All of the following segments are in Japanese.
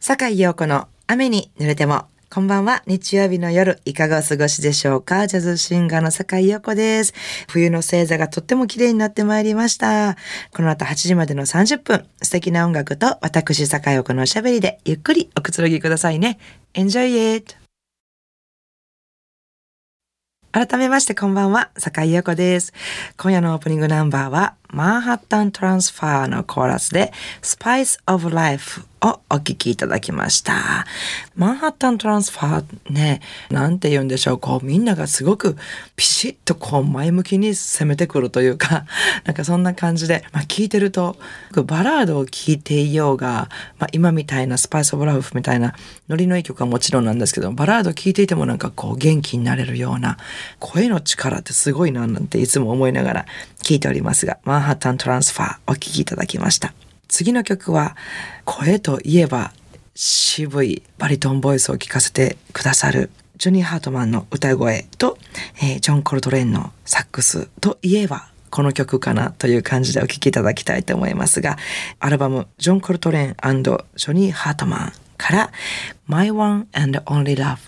坂井陽子の雨に濡れても。こんばんは。日曜日の夜いかがお過ごしでしょうか。ジャズシンガーの坂井陽子です。冬の星座がとっても綺麗になってまいりました。この後8時までの30分、素敵な音楽と私坂井陽子のおしゃべりでゆっくりおくつろぎくださいね。Enjoy it! 改めましてこんばんは、坂井陽子です。今夜のオープニングナンバーはマンハッタントランスファーのコーラスで Spice of Life をお聴きいただきました。マンハッタントランスファーね、なんて言うんでしょう、みんながすごくピシッと前向きに攻めてくるというか、なんかそんな感じで、聴いてるとバラードを聴いていようが、今みたいな Spice of Life みたいなノリのいい曲はもちろんなんですけど、バラード聴いていてもなんか元気になれるような声の力ってすごいななんていつも思いながら聴いておりますが、マンハッタントランスファーお聴きいただきました。次の曲は声といえば渋いバリトンボイスを聞かせてくださるジョニー・ハートマンの歌声と、ジョン・コルトレーンのサックスといえばこの曲かなという感じでお聴きいただきたいと思いますが、アルバムジョン・コルトレーン&ジョニー・ハートマンからMy One and Only Love。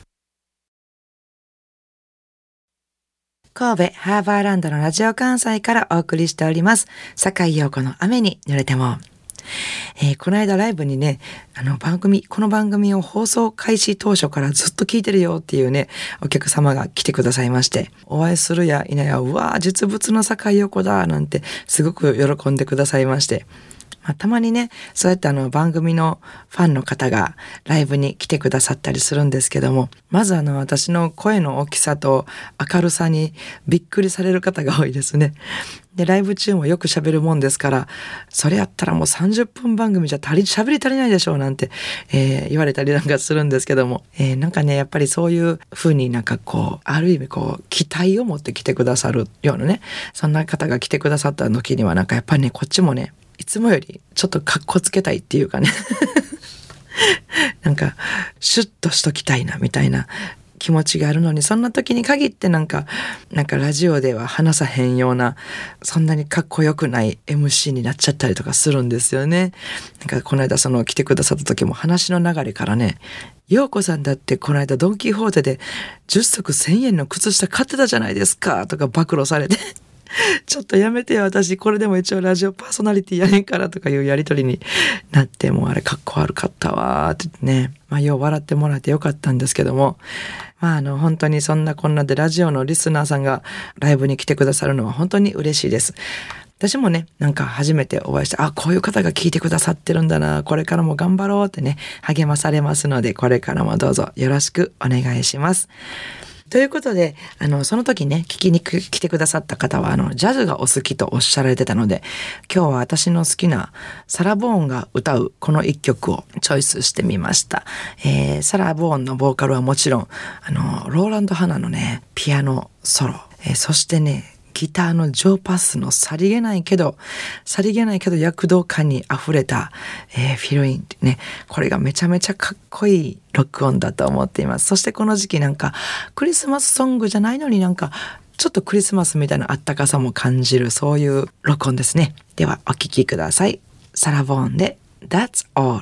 神戸ハーバーランドのラジオ関西からお送りしております坂井陽子の雨に濡れても。この間ライブにね、この番組を放送開始当初からずっと聞いてるよっていうね、お客様が来てくださいまして、お会いするや否や、うわー実物の坂井陽子だなんてすごく喜んでくださいまして、たまにね、そうやって番組のファンの方がライブに来てくださったりするんですけども、まず私の声の大きさと明るさにびっくりされる方が多いですね。で、ライブ中もよく喋るもんですから、それやったらもう30分番組じゃ喋り足りないでしょうなんて、言われたりなんかするんですけども、なんかね、やっぱりそういう風になんかある意味期待を持って来てくださるようなね、そんな方が来てくださった時にはなんかやっぱりね、こっちもね、いつもよりちょっとカッコつけたいっていうかねなんかシュッとしときたいなみたいな気持ちがあるのに、そんな時に限ってなんかラジオでは話さへんような、そんなにかっこよくない MC になっちゃったりとかするんですよね。なんかこの間来てくださった時も話の流れからね、陽子さんだってこの間ドンキホーテで10足1000円の靴下買ってたじゃないですかとか暴露されてちょっとやめてよ、私これでも一応ラジオパーソナリティやねんからとかいうやりとりになって、もうあれかっこ悪かったわーってね、よう笑ってもらえてよかったんですけども、本当にそんなこんなでラジオのリスナーさんがライブに来てくださるのは本当に嬉しいです。私もね、なんか初めてお会いして、こういう方が聞いてくださってるんだな、これからも頑張ろうってね、励まされますので、これからもどうぞよろしくお願いします。ということで、その時ね、聞きに来てくださった方は、ジャズがお好きとおっしゃられてたので、今日は私の好きなサラ・ボーンが歌うこの一曲をチョイスしてみました。サラ・ボーンのボーカルはもちろん、ローランド・ハナのね、ピアノソロ、そしてね、ギターのジョーパスのさりげないけど躍動感に溢れた、フィルインってね、これがめちゃめちゃかっこいい録音だと思っています。そしてこの時期なんかクリスマスソングじゃないのになんかちょっとクリスマスみたいなあったかさも感じる、そういう録音ですね。ではお聴きください。サラ・ボーンで That's All。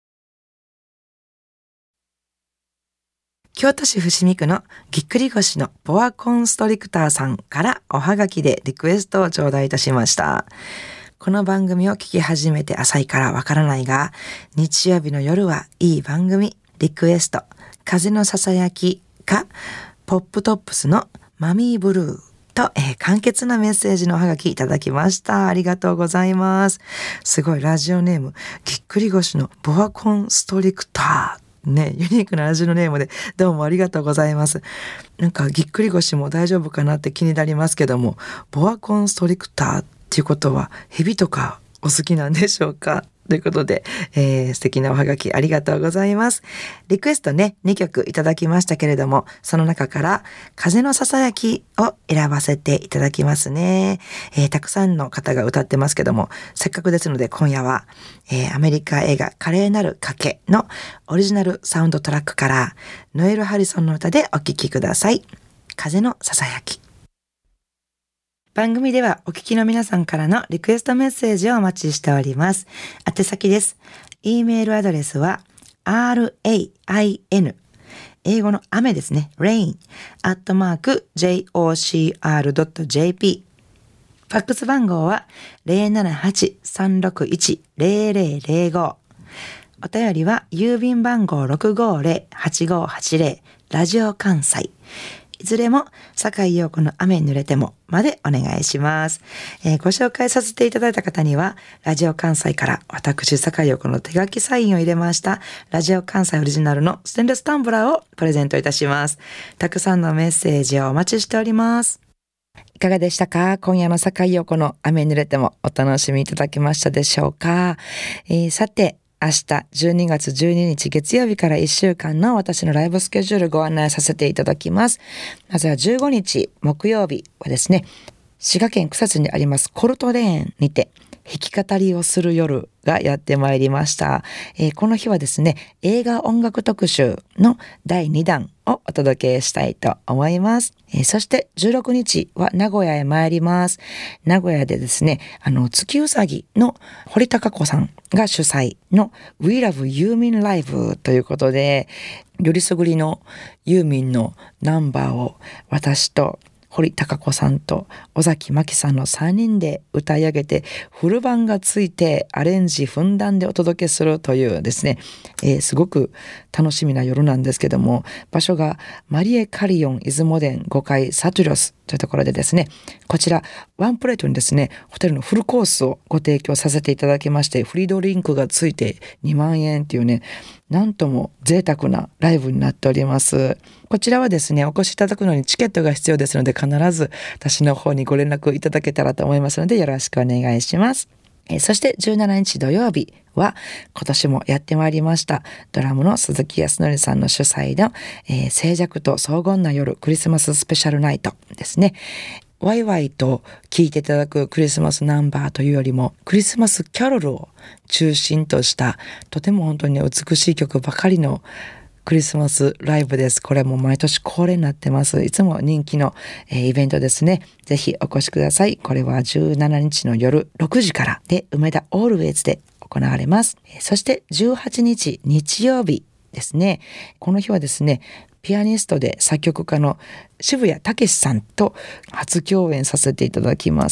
京都市伏見区のぎっくり腰のボアコンストリクターさんからおはがきでリクエストを頂戴いたしました。この番組を聞き始めて浅いからわからないが、日曜日の夜はいい番組、リクエスト、風のささやきか、ポップトップスのマミーブルーと、簡潔なメッセージのおはがきいただきました。ありがとうございます。すごいラジオネーム、ぎっくり腰のボアコンストリクター。ね、ユニークなラジオネームでどうもありがとうございます。なんかぎっくり腰も大丈夫かなって気になりますけども、ボアコンストリクターっていうことは蛇とかお好きなんでしょうかということで、素敵なおはがきありがとうございます。リクエストね、2曲いただきましたけれども、その中から風のささやきを選ばせていただきますね。たくさんの方が歌ってますけども、せっかくですので今夜は、アメリカ映画華麗なる賭けのオリジナルサウンドトラックからノエル・ハリソンの歌でお聴きください。風のささやき。番組ではお聞きの皆さんからのリクエストメッセージをお待ちしております。宛先です。E メールアドレスは RAIN、英語の雨ですね。rain、@jocr.jp。ファックス番号は 078-361-0005。お便りは郵便番号 650-8580 ラジオ関西。いずれも坂井陽子の雨に濡れてもまでお願いします。ご紹介させていただいた方にはラジオ関西から私坂井陽子の手書きサインを入れましたラジオ関西オリジナルのステンレスタンブラーをプレゼントいたします。たくさんのメッセージをお待ちしております。いかがでしたか？今夜の坂井陽子の雨に濡れてもお楽しみいただけましたでしょうか？さて明日12月12日月曜日から1週間の私のライブスケジュールご案内させていただきます。まずは15日木曜日はですね、滋賀県草津にありますコルトレーンにて弾き語りをする夜がやってまいりました。この日はですね、映画音楽特集の第2弾をお届けしたいと思います。そして16日は名古屋へ参ります。名古屋でですね、月うさぎの堀高子さんが主催の We Love ユーミンライブということで、よりすぐりのユーミンのナンバーを私と堀高子さんと尾崎真紀さんの3人で歌い上げてフルバンがついてアレンジふんだんでお届けするというですね、すごく楽しみな夜なんですけども、場所がマリエカリオン出雲殿5階サトゥロスというところでですね、こちらワンプレートにですねホテルのフルコースをご提供させていただきまして、フリードリンクがついて2万円っていうね、なんとも贅沢なライブになっております。こちらはですね、お越しいただくのにチケットが必要ですので、必ず私の方にご連絡いただけたらと思いますので、よろしくお願いします。そして17日土曜日は今年もやってまいりましたドラムの鈴木康則さんの主催の、静寂と荘厳な夜クリスマススペシャルナイトですね。ワイワイと聴いていただくクリスマスナンバーというよりもクリスマスキャロルを中心としたとても本当に美しい曲ばかりのクリスマスライブです。これも毎年恒例になってます。いつも人気の、イベントですね。ぜひお越しください。これは17日の夜6時からで梅田オールウェイズで行われます。そして18日日曜日ですね。この日はですね、ピアニストで作曲家の渋谷武さんと初共演させていただきます。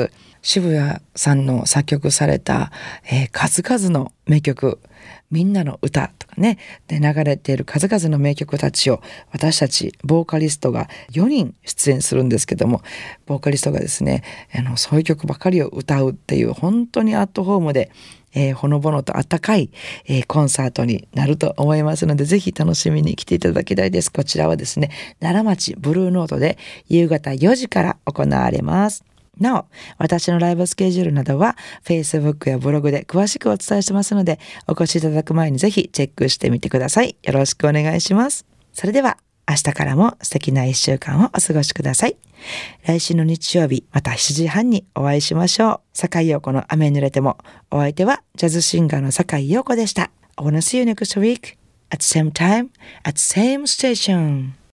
渋谷さんの作曲された、数々の名曲、みんなの歌とかね、で流れている数々の名曲たちを私たちボーカリストが4人出演するんですけども、ボーカリストがですね、そういう曲ばかりを歌うっていう本当にアットホームでほのぼのとあったかい、コンサートになると思いますので、ぜひ楽しみに来ていただきたいです。こちらはですね、奈良町ブルーノートで夕方4時から行われます。なお、私のライブスケジュールなどは Facebook やブログで詳しくお伝えしてますので、お越しいただく前にぜひチェックしてみてください。よろしくお願いします。それでは明日からも素敵な1週間をお過ごしください。来週の日曜日また7時半にお会いしましょう。坂井陽子の雨に濡れても。お相手はジャズシンガーの坂井陽子でした。I wanna see you next week at the same time at the same station.